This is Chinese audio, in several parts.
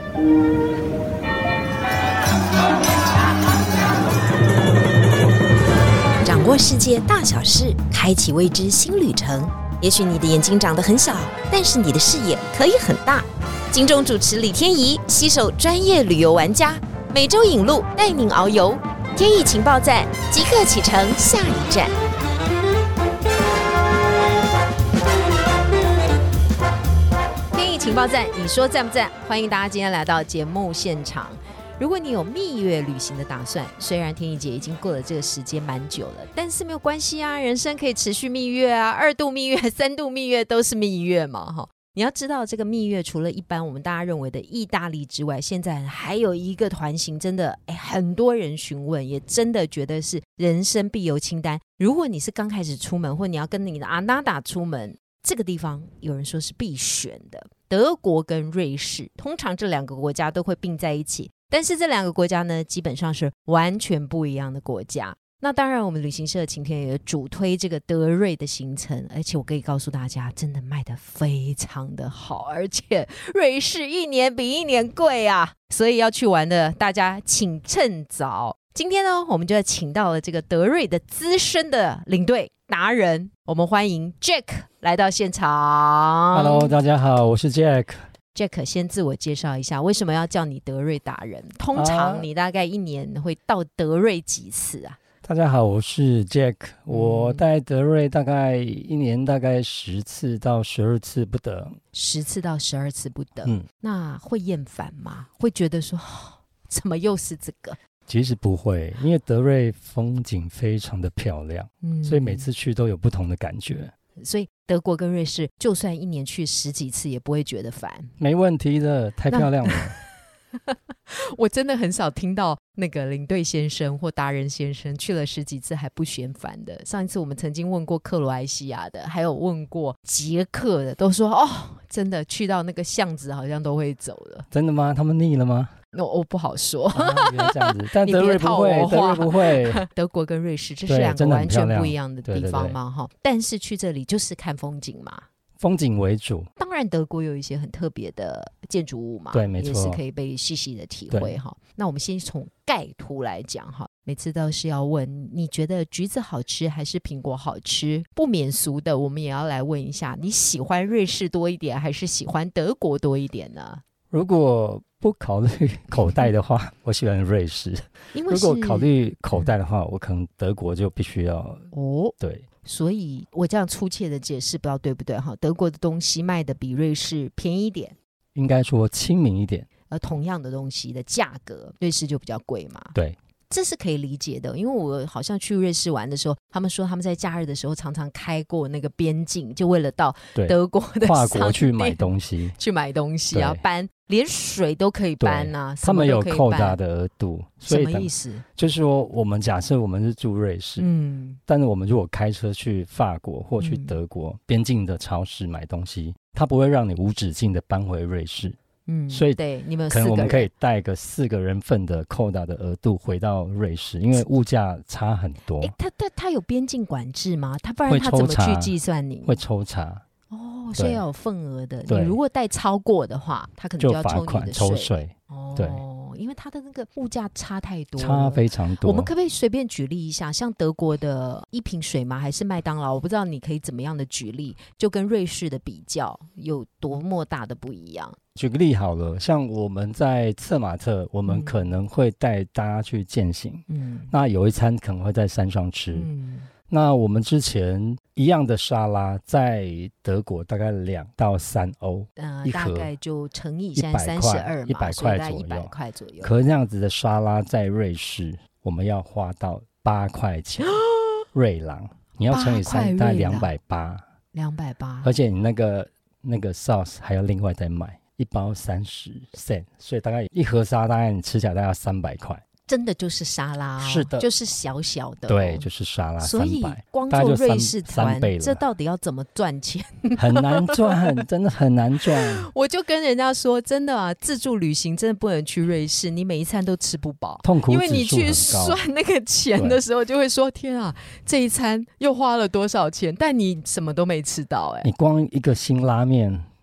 掌握世界大小事，开启未知新旅程。也许你的眼睛长得很小，但是你的视野可以很大。金钟主持李天怡携手专业旅游玩家，每周引路带您遨游。天意情报站即刻启程，下一站。天意情报站，你说赞不赞？欢迎大家今天来到节目现场。如果你有蜜月旅行的打算，虽然天意姐已经过了这个时间蛮久了，但是没有关系啊，人生可以持续蜜月啊，2度蜜月、3度蜜月都是蜜月嘛。你要知道，这个蜜月除了一般我们大家认为的意大利之外，现在还有一个团型，真的很多人询问，也真的觉得是人生必游清单。如果你是刚开始出门，或你要跟你的阿娜达出门，这个地方有人说是必选的。德国跟瑞士，通常这2个国家都会并在一起，但是这2个国家呢，基本上是完全不一样的国家。那当然我们旅行社晴天也主推这个德瑞的行程，而且我可以告诉大家，真的卖得非常的好，而且瑞士一年比一年贵啊，所以要去玩的大家请趁早。今天呢，我们就请到了这个德瑞的资深的领队达人，我们欢迎 Jack 来到现场。 Hello， 大家好，我是 Jack。 先自我介绍一下，为什么要叫你德瑞达人？通常你大概一年会到德瑞几次啊？ 大家好，我是 Jack， 我在德瑞大概一年大概10次到12次不等。 10次到12次不等。那会厌烦吗？会觉得说怎么又是这个？ 其实不会，因为德瑞风景非常的漂亮，所以每次去都有不同的感觉。 所以德国跟瑞士就算一年去10几次也不会觉得烦？ 没问题的，太漂亮了。 我真的很少听到那个领队先生或达人先生去了10几次还不嫌烦的。上一次我们曾经问过克罗埃西亚的，还有问过捷克的，都说真的去到那个巷子好像都会走了。 真的吗？他们腻了吗？ 我不好说。 原来这样子。但德瑞不会，德瑞不会。 德国跟瑞士这是2个完全不一样的地方嘛。但是去这里就是看风景嘛， 风景为主。 当然德国有一些很特别的建筑物嘛， 对，没错， 也是可以被细细的体会哈。那我们先从概图来讲哈，每次都是要问你觉得橘子好吃还是苹果好吃？不免俗的，我们也要来问一下，你喜欢瑞士多一点还是喜欢德国多一点呢？ 如果不考虑口袋的话，我喜欢瑞士。如果考虑口袋的话，我可能德国就必须要对。 所以我这样粗切的解释，不知道对不对哈？德国的东西卖的比瑞士便宜一点， 应该说亲民一点。 同样的东西的价格，瑞士就比较贵嘛。 对， 这是可以理解的，因为我好像去瑞士玩的时候，他们说他们在假日的时候常常开过那个边境，就为了到德国的跨国去买东西， 去买东西啊，搬连水都可以搬啊， 他们有扣大的额度。 什么意思？ 就是说，我们假设我们是住瑞士，但是我们如果开车去法国或去德国边境的超市买东西，它不会让你无止境的搬回瑞士。所以对，你们可能我们可以带个4个人份的扣打的额度回到瑞士，因为物价差很多。 他有边境管制吗？他不然他怎么去计算你？ 会抽查所以要有份额的。你如果带超过的话，他可能就要抽你的抽税。对， 因为它的那个物价差太多了， 差非常多。 我们可不可以随便举例一下，像德国的一瓶水吗？还是麦当劳？我不知道你可以怎么样的举例，就跟瑞士的比较有多么大的不一样。 举个例好了，像我们在策马特，我们可能会带大家去健行，那有一餐可能会在山上吃，那我们之前一样的沙拉在德国大概2到3欧， 大概就乘以现在32嘛 ，100块左右。 可是那样子的沙拉在瑞士，我们要花到8块钱瑞郎，你要乘以3，大概280，而且你那个 sauce 还要另外再买。1包30 cent， 所以大概一盒沙拉，大概你吃起来大概要300块。 真的就是沙拉是的， 就是小小的对，就是沙拉300。 所以光做瑞士团，这到底要怎么赚钱？ 很难赚，真的很难赚。 我就跟人家说，真的啊，自助旅行真的不能去瑞士，你每一餐都吃不饱， 痛苦指数很高。 因为你去算那个钱的时候，就会说天啊，这一餐又花了多少钱？但你什么都没吃到。 你光一个辛拉面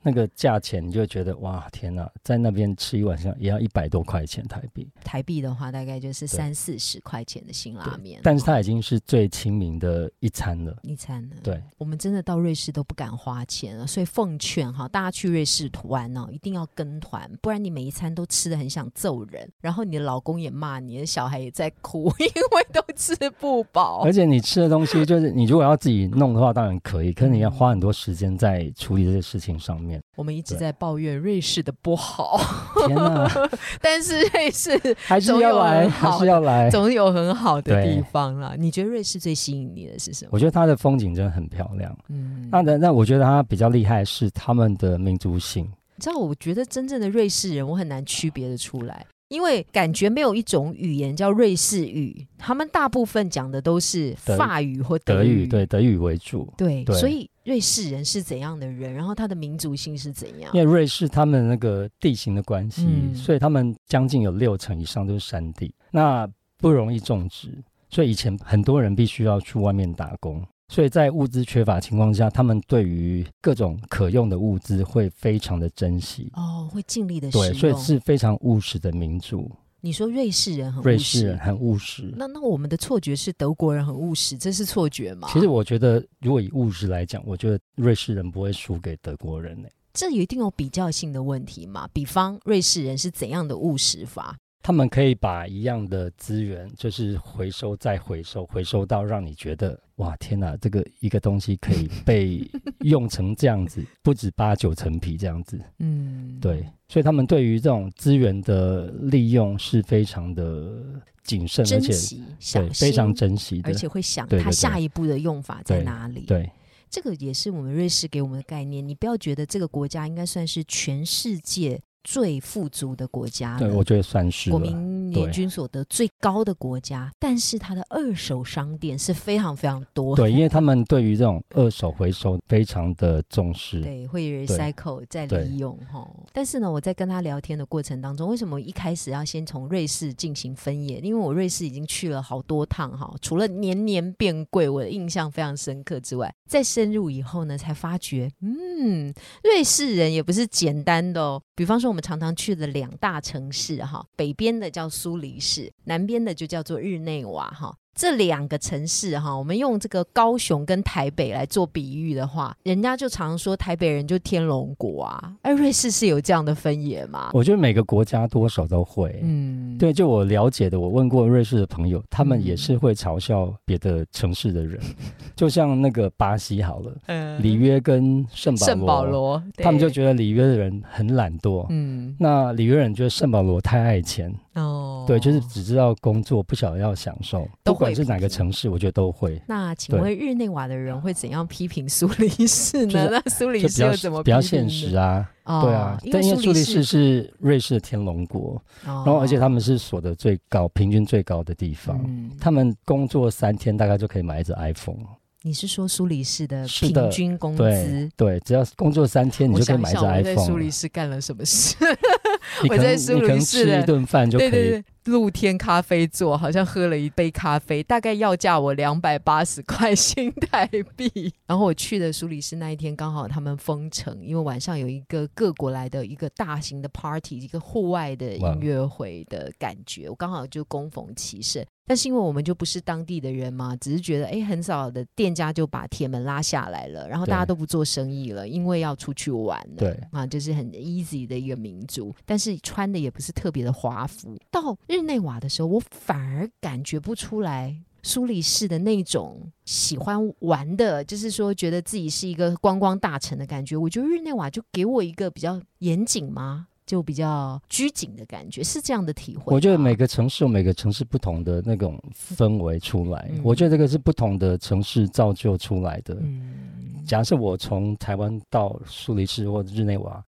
那个价钱你就会觉得哇天哪，在那边吃一晚上也要100多块钱台币的话大概就是30-40块钱的辛拉面， 但是它已经是最亲民的一餐了。对， 我们真的到瑞士都不敢花钱了，所以奉劝大家去瑞士玩一定要跟团，不然你每一餐都吃得很想揍人，然后你的老公也骂你，的小孩也在哭，因为都吃不饱。 而且你吃的东西就是你如果要自己弄的话当然可以，可是你要花很多时间在处理这些事情上面。 我们一直在抱怨瑞士的不好， 天哪但是瑞士还是要来， 总有很好的地方啦。你觉得瑞士最吸引你的是什么？ 我觉得它的风景真的很漂亮。那我觉得它比较厉害的是他们的民族性。 你知道我觉得真正的瑞士人我很难区别的出来，因为感觉没有一种语言叫瑞士语，他们大部分讲的都是法语或德语。 对，德语为主。 对，所以瑞士人是怎样的人，然后他的民族性是怎样？ 因为瑞士他们那个地形的关系，所以他们将近有60%以上都是山地，那不容易种植，所以以前很多人必须要去外面打工，所以在物资缺乏情况下，他们对于各种可用的物资会非常的珍惜， 会尽力的使用。 对，所以是非常务实的民族。 你说瑞士人很务实， 瑞士人很务实， 那我们的错觉是德国人很务实，这是错觉吗？ 其实我觉得如果以务实来讲，我觉得瑞士人不会输给德国人。 这一定有比较性的问题嘛？比方瑞士人是怎样的务实法？ 他们可以把一样的资源就是回收再回收，回收到让你觉得哇天哪，这个一个东西可以被用成这样子不止8-9层皮这样子。对，所以他们对于这种资源的利用是非常的谨慎， 珍惜， 对，非常珍惜的， 而且会想他下一步的用法在哪里。 对， 这个也是我们瑞士给我们的概念。你不要觉得这个国家应该算是全世界最富足的国家， 对，我觉得算是国民年均所得最高的国家，但是它的二手商店是非常非常多。 对，因为他们对于这种二手回收非常的重视， 对，会 recycle 再利用。但是呢，我在跟他聊天的过程当中，为什么一开始要先从瑞士进行分野？因为我瑞士已经去了好多趟，除了年年变贵我的印象非常深刻之外，再深入以后呢，才发觉瑞士人也不是简单的比方说我们常常去的2大城市北边的叫苏黎世，南边的就叫做日内瓦这2个城市我们用这个高雄跟台北来做比喻的话，人家就常说台北人就天龙国啊，而瑞士是有这样的分野吗？ 我觉得每个国家多少都会。对，就我了解的，我问过瑞士的朋友，他们也是会嘲笑别的城市的人就像那个巴西好了，里约跟圣保罗，他们就觉得里约的人很懒惰，那里约人觉得圣保罗太爱钱，对，就是只知道工作，不晓得要享受，不管是哪个城市，我觉得都会。 那请问日内瓦的人会怎样批评苏黎世呢？那苏黎世又怎么批评呢？ 比较现实啊，对啊，但因为苏黎世是瑞士的天龙国，然后而且他们是所得最高、平均最高的地方，他们工作3天大概就可以买一只 iPhone。 你是说苏黎世的平均工资？ 对，只要工作3天，你就可以买一只 iPhone。 我在苏黎世干了什么事？ 我在苏黎世吃一顿饭就可以。 对，露天咖啡座，好像喝了一杯咖啡，大概要价我280块新台币。然后我去的苏黎世那一天，刚好他们封城，因为晚上有一个各国来的一个大型的 party， 一个户外的音乐会的感觉，我刚好就恭逢其盛。但是因为我们就不是当地的人嘛，只是觉得很少的店家就把铁门拉下来了，然后大家都不做生意了，因为要出去玩了。 对就是很 easy 的一个民族，但是穿的也不是特别的华服。到日内瓦的时候，我反而感觉不出来苏黎世的那种喜欢玩的，就是说觉得自己是一个观光大城的感觉。我觉得日内瓦就给我一个比较严谨吗？就比较拘谨的感觉，是这样的体会。 我觉得每个城市有每个城市不同的那种氛围出来，我觉得这个是不同的城市造就出来的。假设我从台湾到苏黎世或者日内瓦，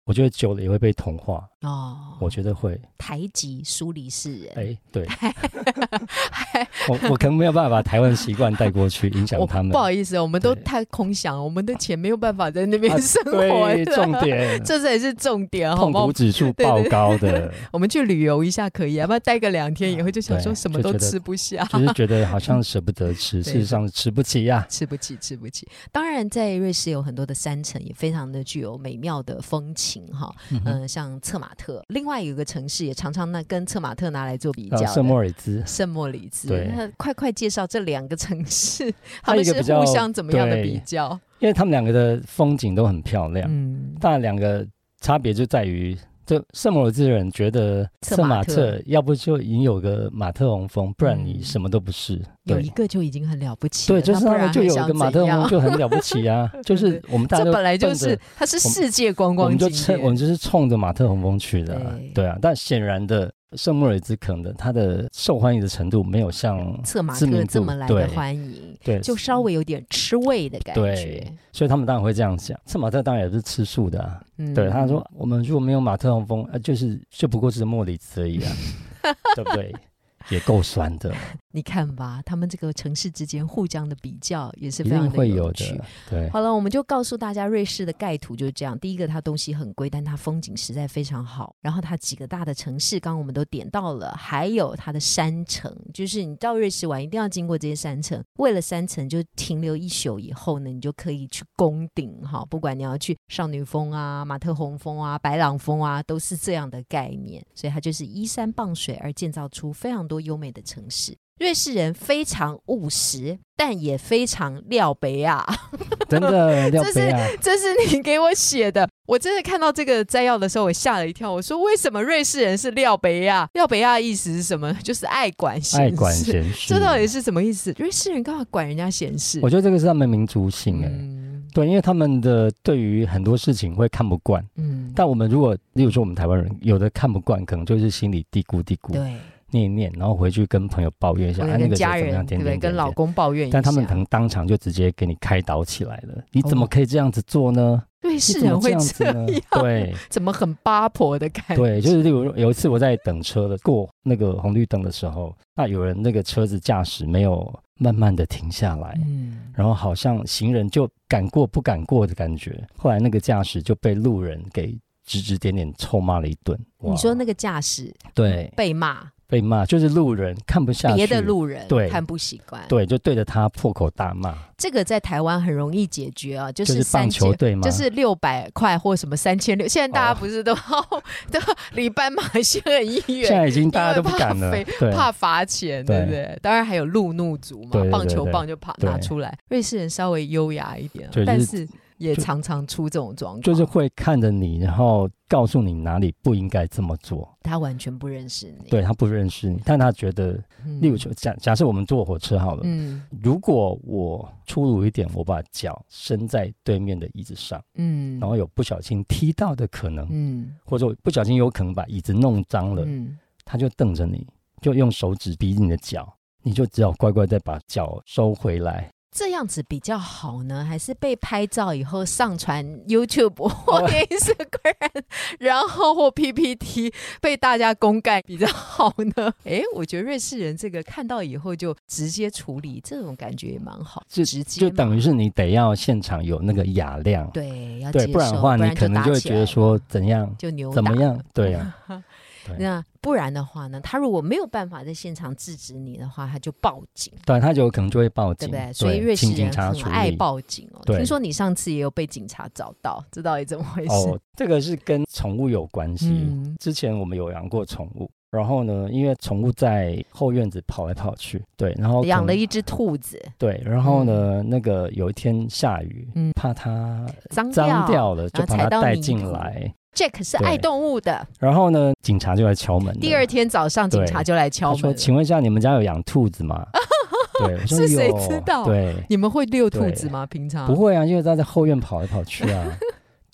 我觉得久了也会被同化哦，我觉得会排挤疏离世人。 哎，对，我可能没有办法把台湾习惯带过去，影响他们。 不好意思，我们都太空想了，我们的钱没有办法在那边生活。 对，重点， 这才是重点， 痛苦指数爆高的。 我们去旅游一下可以，要不然待个2天以后就想说什么都吃不下， 就是觉得好像舍不得吃，事实上吃不起呀， 吃不起。当然，在瑞士有很多的山城，也非常的具有美妙的风情哈。像策马特，另外有一个城市也常常跟策马特拿来做比较的， 圣莫里兹。 对，快介绍这2个城市，他们是互相怎么样的比较？ 因为他们2个的风景都很漂亮，当然2个差别就在于。就圣莫里兹的人觉得策马特要不就已经有个马特洪峰，不然你什么都不是。 有一个就已经很了不起了。 对，就是他们就有一个马特洪峰就很了不起啊。就是我们大家都这本来就是它是世界观光景点， 我们就是冲着马特洪峰去的对啊。但显然的圣莫里兹可能它的受欢迎的程度没有像策马特这么来的欢迎，对，就稍微有点吃味的感觉。 对，所以他们当然会这样想。策马特当然也是吃素的啊。对，他说我们如果没有马特洪峰，就不过是莫里兹而已啊，对不对？也够酸的。 你看吧，他们这个城市之间互相的比较也是非常的有趣。 一定会有的。对， 好了，我们就告诉大家瑞士的概图就是这样。第一个，它东西很贵，但它风景实在非常好。然后它几个大的城市，刚刚我们都点到了，还有它的山城，就是你到瑞士玩一定要经过这些山城。为了山城就停留1宿以后呢，你就可以去攻顶哈，不管你要去少女峰啊、马特洪峰啊、白朗峰啊，都是这样的概念。所以它就是依山傍水而建造出非常多优美的城市。瑞士人非常务实，但也非常廖北亚。 真的廖北亚， 这是你给我写的。我真的看到这个摘要的时候，我吓了一跳。我说为什么瑞士人是廖北亚？廖北亚的意思是什么？就是爱管闲事。这到底是什么意思？瑞士人干嘛管人家闲事？ 我觉得这个是他们民族性对，因为他们的对于很多事情会看不惯。但我们如果例如说我们台湾人有的看不惯，可能就是心里嘀咕嘀咕。对。念一念，然后回去跟朋友抱怨一下， 跟家人对不对？跟老公抱怨一下， 但他们可能当场就直接给你开导起来了。你怎么可以这样子做呢？ 瑞士人会这样， 对， 怎么很八婆的感觉？ 对，就是例如有一次我在等车的过那个红绿灯的时候，那有人那个车子驾驶没有慢慢的停下来，然后好像行人就敢过不敢过的感觉。后来那个驾驶就被路人给指指点点臭骂了一顿。 你说那个驾驶对被骂就是路人看不下去， 别的路人对看不习惯， 对，就对着他破口大骂。 这个在台湾很容易解决啊，就是棒球队吗？ 就是600块或什么3600，现在大家不是都离斑马线很远， 现在已经大家都不敢了， 怕罚钱，对不对？当然还有路怒族嘛，棒球棒就拿出来。瑞士人稍微优雅一点，但是也常常出这种状况， 就是会看着你，然后告诉你哪里不应该这么做。 他完全不认识你， 对，他不认识你，但他觉得，例如假设我们坐火车好了，如果我粗鲁一点，我把脚伸在对面的椅子上，然后有不小心踢到的可能，或者不小心有可能把椅子弄脏了，他就瞪着你，就用手指逼你的脚，你就只好乖乖再把脚收回来。 这样子比较好呢，还是被拍照以后上传 YouTube 或 Instagram， 然后或 PPT 被大家公干比较好呢？我觉得瑞士人这个看到以后就直接处理，这种感觉也蛮好，直接就等于是你得要现场有那个雅量， 对，要接受， 不然的话你可能就会觉得说怎样就扭打怎么样，对啊。 那不然的话呢，他如果没有办法在现场制止你的话，他就报警。 对，他就可能就会报警， 对不对？所以瑞士人很爱报警哦。听说你上次也有被警察找到，这到底怎么回事？ 这个是跟宠物有关系。之前我们有养过宠物，然后呢，因为宠物在后院子跑来跑去，对，然后养了一只兔子， 对，然后呢，那个有一天下雨，怕它脏掉了，就把它带进来。 Jack 是爱动物的， 然后呢，警察就来敲门。 第二天早上，警察就来敲门， 他说：“请问一下，你们家有养兔子吗？”对，我说是谁知道？ 对， 你们会遛兔子吗？平常不会啊，因为它在后院跑来跑去啊。对，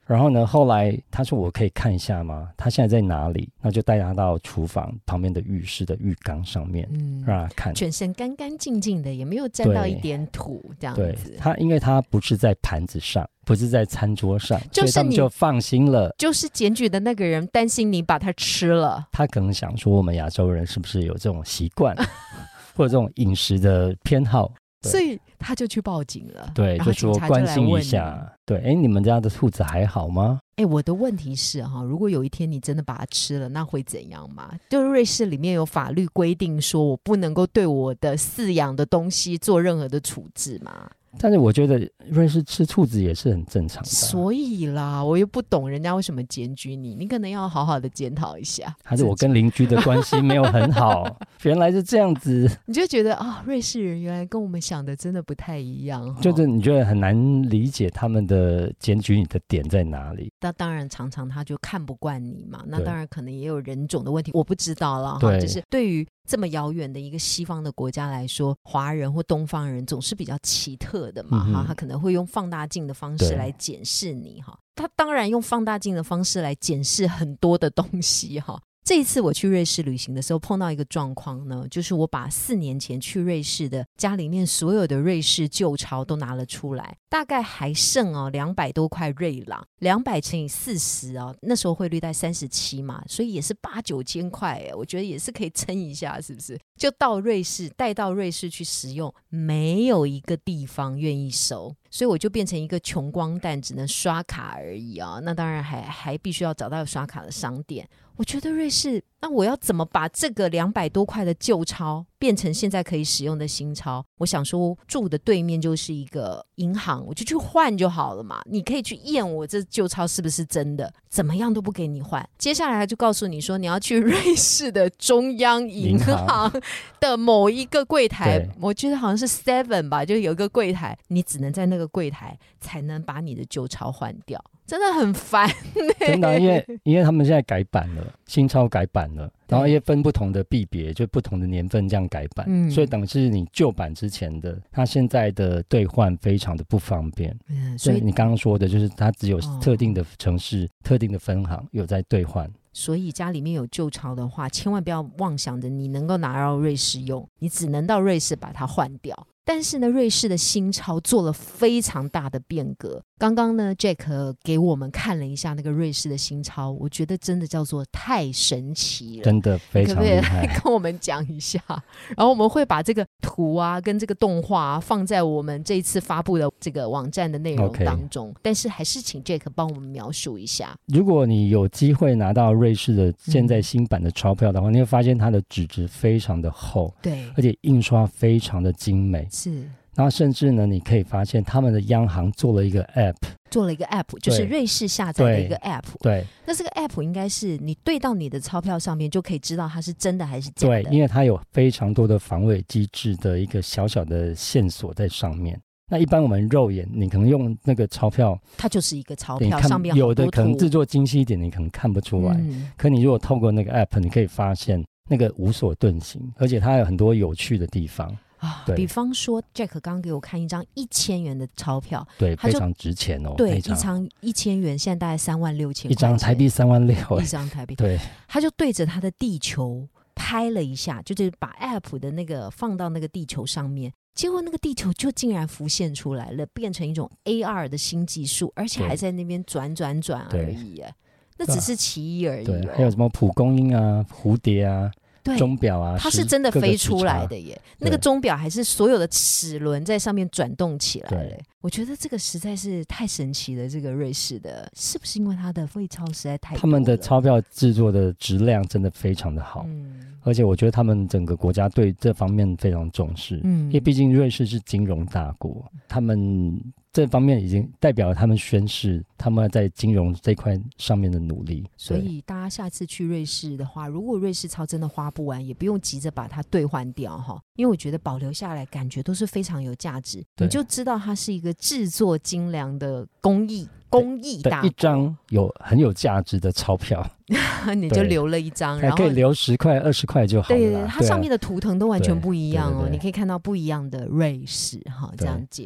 然后呢，后来他说我可以看一下吗？他现在在哪里？那就带他到厨房旁边的浴室的浴缸上面，让他看， 全身干干净净的，也没有沾到一点土，这样子。 对，因为他不是在盘子上，不是在餐桌上，所以他们就放心了。 就是检举的那个人担心你把它吃了， 他可能想说我们亚洲人是不是有这种习惯，或者这种饮食的偏好。 所以他就去报警了， 对，就说关心一下，对，你们家的兔子还好吗？ 我的问题是如果有一天你真的把它吃了，那会怎样吗？就瑞士里面有法律规定说我不能够对我的饲养的东西做任何的处置吗？ 但是我觉得瑞士吃兔子也是很正常的， 所以啦，我又不懂人家为什么检举你，你可能要好好的检讨一下。 还是我跟邻居的关系没有很好，原来是这样子， 你就觉得瑞士人原来跟我们想的真的不太一样， 就是你觉得很难理解他们的检举你的点在哪里。 那当然常常他就看不惯你嘛，那当然可能也有人种的问题，我不知道了哈。就是对于这么遥远的一个西方的国家来说，华人或东方人总是比较奇特的嘛，他可能会用放大镜的方式来检视你哈。他当然用放大镜的方式来检视很多的东西哈。这一次我去瑞士旅行的时候碰到一个状况呢，就是我把4年前去瑞士的家里面所有的瑞士旧钞都拿了出来，大概还剩200多块瑞郎，200乘以40那时候汇率在37嘛，所以也是8-9千块我觉得也是可以撑一下，是不是？就到瑞士，带到瑞士去使用，没有一个地方愿意收，所以我就变成一个穷光蛋，只能刷卡而已那当然还必须要找到刷卡的商店。我觉得瑞士，那我要怎么把这个200多块的旧钞变成现在可以使用的新钞？我想说住的对面就是一个银行，我就去换就好了嘛。你可以去验我这旧钞是不是真的，怎么样都不给你换。接下来他就告诉你说你要去瑞士的中央银行的某一个柜台，我觉得好像是 7 吧，就有一个柜台，你只能在那个柜台才能把你的旧钞换掉。真的很烦真的，因为他们现在改版了，新钞改版了，然后也分不同的币别，就不同的年份这样改版，所以等于是你旧版之前的，它现在的兑换非常的不方便。所以你刚刚说的就是它只有特定的城市、特定的分行有在兑换。 所以家里面有旧钞的话，千万不要妄想着你能够拿到瑞士用，你只能到瑞士把它换掉。但是呢，瑞士的新钞做了非常大的变革。刚刚呢 Jack 给我们看了一下那个瑞士的新钞，我觉得真的叫做太神奇了， 真的非常厉害。 可不可以跟我们讲一下？然后我们会把这个图跟这个动画放在我们这一次发布的这个网站的内容当中，但是还是请 Jack 帮我们描述一下。 如果你有机会拿到瑞士的现在新版的钞票的话，你会发现它的纸质非常的厚， 对， 而且印刷非常的精美， 是。 然后甚至呢，你可以发现他们的央行做了一个 app， 就是瑞士下载的一个 app。对，那这个 app 应该是你对到你的钞票上面就可以知道它是真的还是假的。对，因为它有非常多的防伪机制的一个小小的线索在上面。那一般我们肉眼，你可能用那个钞票，它就是一个钞票，上面有的可能制作精细一点，你可能看不出来。可你如果透过那个 app， 你可以发现那个无所遁形，而且它有很多有趣的地方。比方说 Jack 刚给我看一张1000元的钞票，对，非常值钱对，一张1000元现在大概36000，一张台币36000，一张台币。对，他就对着他的地球拍了一下，就是把 app 的那个放到那个地球上面，结果那个地球就竟然浮现出来了，变成一种 AR 的新技术，而且还在那边转而已那只是其一而已。对，还有什么蒲公英啊、蝴蝶啊、钟表啊，它是真的飞出来的耶。那个钟表还是所有的齿轮在上面转动起来了。我觉得这个实在是太神奇了。这个瑞士的，是不是因为它的废钞实在太多了？他们的钞票制作的质量真的非常的好，而且我觉得他们整个国家对这方面非常重视。因为毕竟瑞士是金融大国，他们这方面已经代表了他们宣示他们在金融这块上面的努力。所以大家下次去瑞士的话，如果瑞士钞真的花不完，也不用急着把它兑换掉哈，因为我觉得保留下来感觉都是非常有价值，你就知道它是一个制作精良的工艺大国，一张很有价值的钞票你就留了一张，然后可以留10块20块就好了。对，它上面的图腾都完全不一样你可以看到不一样的瑞士这样介绍。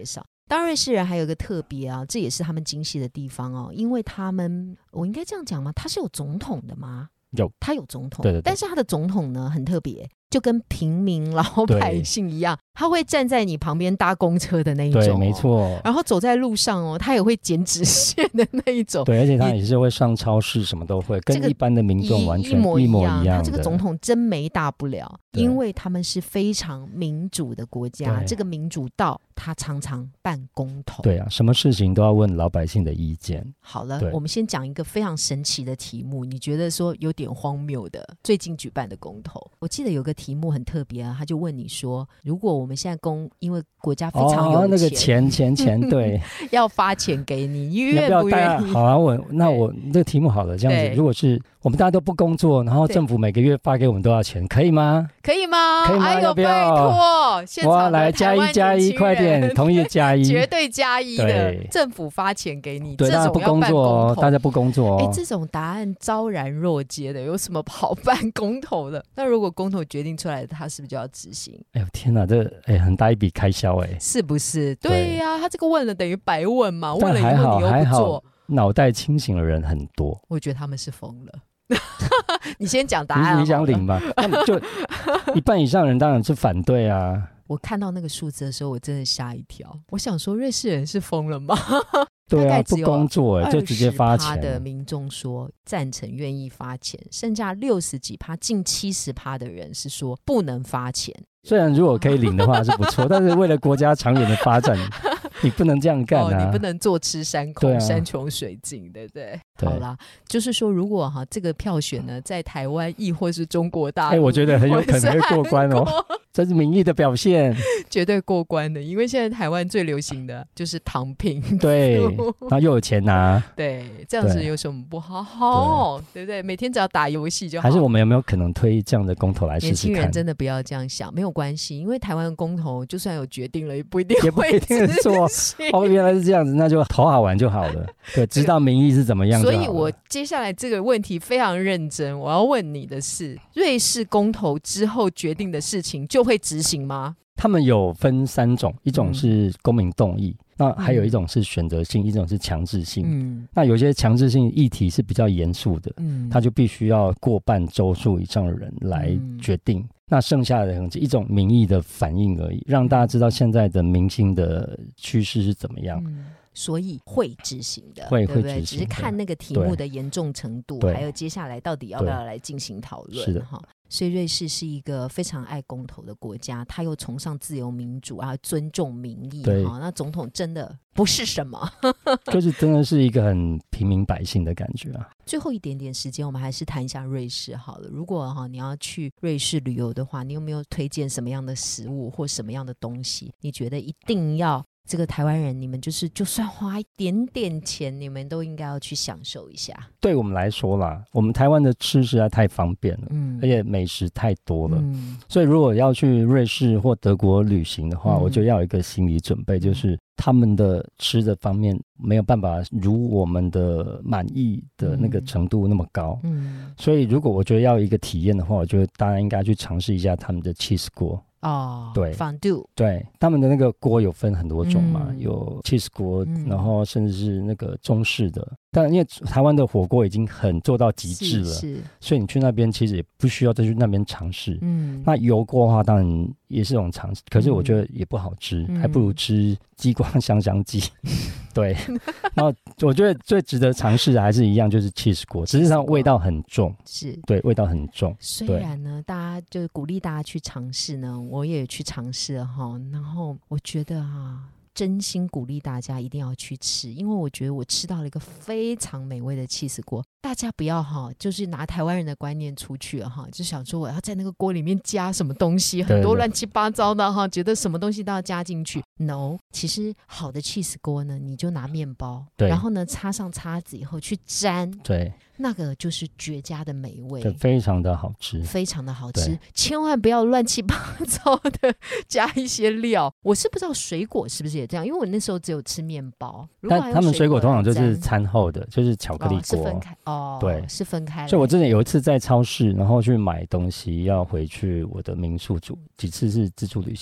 当然瑞士人还有一个特别啊，这也是他们精细的地方哦，因为他们，我应该这样讲吗？他是有总统的吗？他有总统，对，但是他的总统呢很特别，就跟平民老百姓一样，他会站在你旁边搭公车的那一种，对， 没错。 然后走在路上哦，他也会剪纸线的那一种， 对，而且他也是会上超市，什么都会，跟一般的民众完全一模一样。 他这个总统真没大不了，因为他们是非常民主的国家，这个民主到他常常办公投， 对啊，什么事情都要问老百姓的意见。 好了，我们先讲一个非常神奇的题目，你觉得说有点荒谬的，最近举办的公投，我记得有个题目很特别啊，他就问你说，如果我们现在因为国家非常有钱， 那个钱对要发钱给你愿不愿意？ 好啊，那我这个题目好了，这样子，如果是我们大家都不工作，然后政府每个月发给我们多少钱，可以吗？ 可以吗？ 可以吗？ 哎呦， 要不要？ 拜托，现场来加一，快点，同意加一， 绝对加一的，政府发钱给你， 对，大家不工作哦，大家不工作哦。 这种答案昭然若揭的，有什么好办公投的？那如果公投决定出来，他是不是就要执行？ 哎呦天哪，这很大一笔开销是不是？对呀，他这个问了等于白问嘛，问了以后你又不做， 脑袋清醒的人很多。 我觉得他们是疯了。你先讲答案， 你想领吗？就一半以上人当然是反对啊。 我看到那个数字的时候，我真的吓一跳。我想说，瑞士人是疯了吗？ 对啊，不工作就直接发钱。 20%的民众说赞成愿意发钱，剩下60几%，近70%的人是说不能发钱。 虽然如果可以领的话是不错，但是为了国家长远的发展，你不能这样干啊！ 你不能坐吃山空，山穷水尽，对不对？好啦，就是说，如果这个票选呢，在台湾亦或是中国大陆， 我觉得很有可能会过关哦。这是民意的表现， 绝对过关的。因为现在台湾最流行的就是躺平， 对，然后又有钱拿， 对，这样子有什么不好？对不对？每天只要打游戏就好。 还是我们有没有可能推这样的公投来试试看？ 年轻人真的不要这样想，没有关系，因为台湾的公投就算有决定了，也不一定做。原来是这样子，那就投好玩就好了。对，知道民意是怎么样就好了。 所以我接下来这个问题非常认真，我要问你的是，瑞士公投之后决定的事情就会执行吗？ 他们有分3种，一种是公民动议，那还有一种是选择性，一种是强制性。那有些强制性议题是比较严肃的，他就必须要过半周数以上的人来决定。那剩下的人一种民意的反应而已，让大家知道现在的民心的趋势是怎么样。 所以会执行的， 对不对？只是看那个题目的严重程度，还有接下来到底要不要来进行讨论。 是的， 所以瑞士是一个非常爱公投的国家，他又崇尚自由民主啊，尊重民意。那总统真的不是什么， 就是真的是一个很平民百姓的感觉啊。 最后一点点时间，我们还是谈一下瑞士好了。如果你要去瑞士旅游的话，你有没有推荐什么样的食物或什么样的东西？你觉得一定要这个台湾人，你们就算花一点点钱，你们都应该要去享受一下。 对我们来说啦，我们台湾的吃实在太方便了，而且美食太多了，所以如果要去瑞士或德国旅行的话，我就要有一个心理准备，就是他们的吃的方面没有办法如我们的满意的那个程度那么高，所以如果我觉得要一个体验的话，我觉得大家应该去尝试一下他们的 cheese 锅。对 fondue， 对，他们的那个锅有分很多种嘛，有 cheese 锅，然后甚至是那个中式的。但因为台湾的火锅已经很做到极致了，所以你去那边其实也不需要再去那边尝试。那油锅的话当然也是种尝试，可是我觉得也不好吃，还不如吃激光香香鸡。对，然后我觉得最值得尝试的还是一样，就是 cheese 锅，只是它味道很重，对，味道很重。 虽然呢，大家就鼓励大家去尝试呢，我也去尝试了哈，然后我觉得真心鼓励大家一定要去吃，因为我觉得我吃到了一个非常美味的cheese锅。大家不要就是拿台湾人的观念出去了就想说我要在那个锅里面加什么东西，很多乱七八糟的觉得什么东西都要加进去。No， 其实好的cheese锅呢，你就拿面包，然后呢插上叉子以后去沾，对，那个就是绝佳的美味， 对，非常的好吃， 非常的好吃。千万不要乱七八糟的加一些料。我是不知道水果是不是也这样，因为我那时候只有吃面包。 但他们水果通常就是餐后的，就是巧克力锅， 是分开对，是分开。 所以我之前有一次在超市，然后去买东西要回去我的民宿住，几次是自助旅行。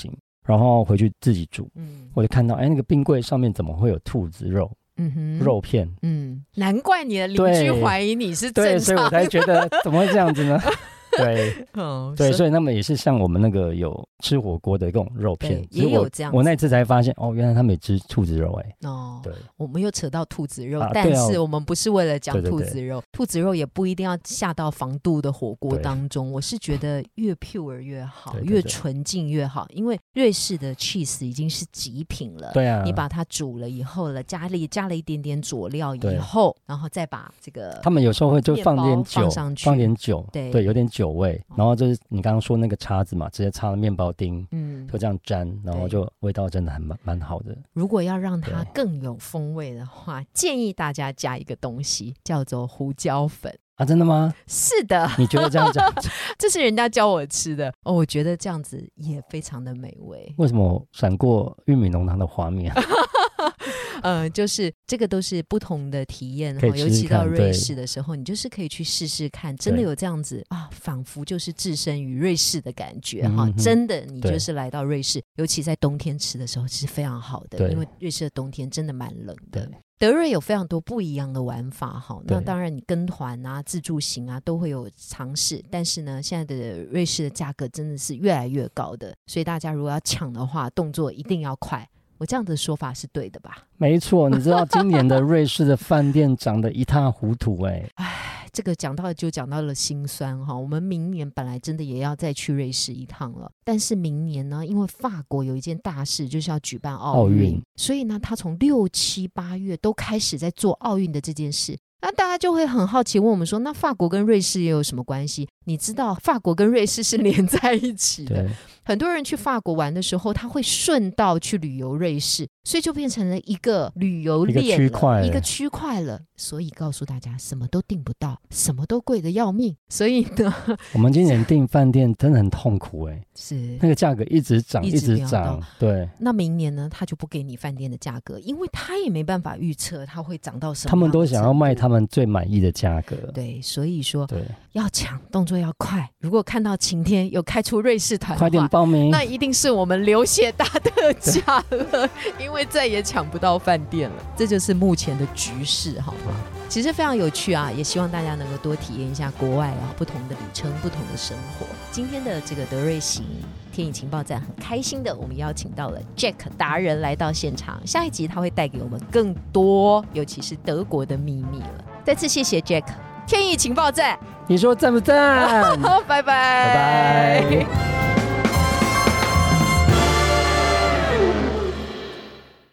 然后回去自己煮，我就看到那个冰柜上面怎么会有兔子肉，肉片， 难怪你的邻居怀疑你是正常的， 对，所以我才觉得怎么会这样子呢？对，对，所以他们也是像我们那个有吃火锅的这种肉片， 也有这样子。 我那次才发现，原来他们也吃兔子肉对，我们又扯到兔子肉，但是我们不是为了讲兔子肉，兔子肉也不一定要下到防毒的火锅当中。我是觉得越 pure 越好，越纯净越好，因为瑞士的 cheese 已经是极品了。 对啊， 你把它煮了以后了，加了一点点佐料以后，然后再把这个他们有时候会就放点酒上去， 放点酒，对，有点酒味，然后就是你刚刚说那个叉子嘛，直接插了面包丁，就这样沾，然后就味道真的还蛮好的。 如果要让它更有风味的话，建议大家加一个东西，叫做胡椒粉。 真的吗？ 是的。 你觉得这样讲？ 这是人家教我吃的我觉得这样子也非常的美味。 为什么闪过玉米浓汤的画面？ 就是这个都是不同的体验，尤其到瑞士的时候，你就是可以去试试看，真的有这样子仿佛就是置身于瑞士的感觉真的，你就是来到瑞士，尤其在冬天吃的时候是非常好的，因为瑞士的冬天真的蛮冷的。德瑞有非常多不一样的玩法那当然你跟团啊自助行啊都会有尝试，但是呢现在的瑞士的价格真的是越来越高的，所以大家如果要抢的话动作一定要快。我这样的说法是对的吧？ 没错，你知道今年的瑞士的饭店涨得一塌糊涂这个讲到就讲到了心酸我们明年本来真的也要再去瑞士一趟了，但是明年呢，因为法国有一件大事就是要举办奥运，所以呢他从6、7、8月都开始在做奥运的这件事。那大家就会很好奇问我们说，那法国跟瑞士也有什么关系？你知道法国跟瑞士是连在一起的，很多人去法国玩的时候他会顺道去旅游瑞士，所以就变成了一个旅游链了，一个区块了。所以告诉大家什么都订不到，什么都贵得要命，所以呢我们今年订饭店真的很痛苦是那个价格一直涨一直涨。对， 那明年呢他就不给你饭店的价格，因为他也没办法预测它会涨到什么， 他们都想要卖他们最满意的价格。 对，所以说要抢动作要快，如果看到晴天有开出瑞士团的话， 快点报名， 那一定是我们流血大特价了因为再也抢不到饭店了。这就是目前的局势好吗？其实非常有趣也希望大家能够多体验一下国外不同的旅程，不同的生活。今天的这个德瑞行天影情报站很开心的，我们邀请到了 Jack 达人来到现场，下一集他会带给我们更多尤其是德国的秘密了。再次谢谢 Jack。天影情报站， 你说赞不赞？ 拜拜。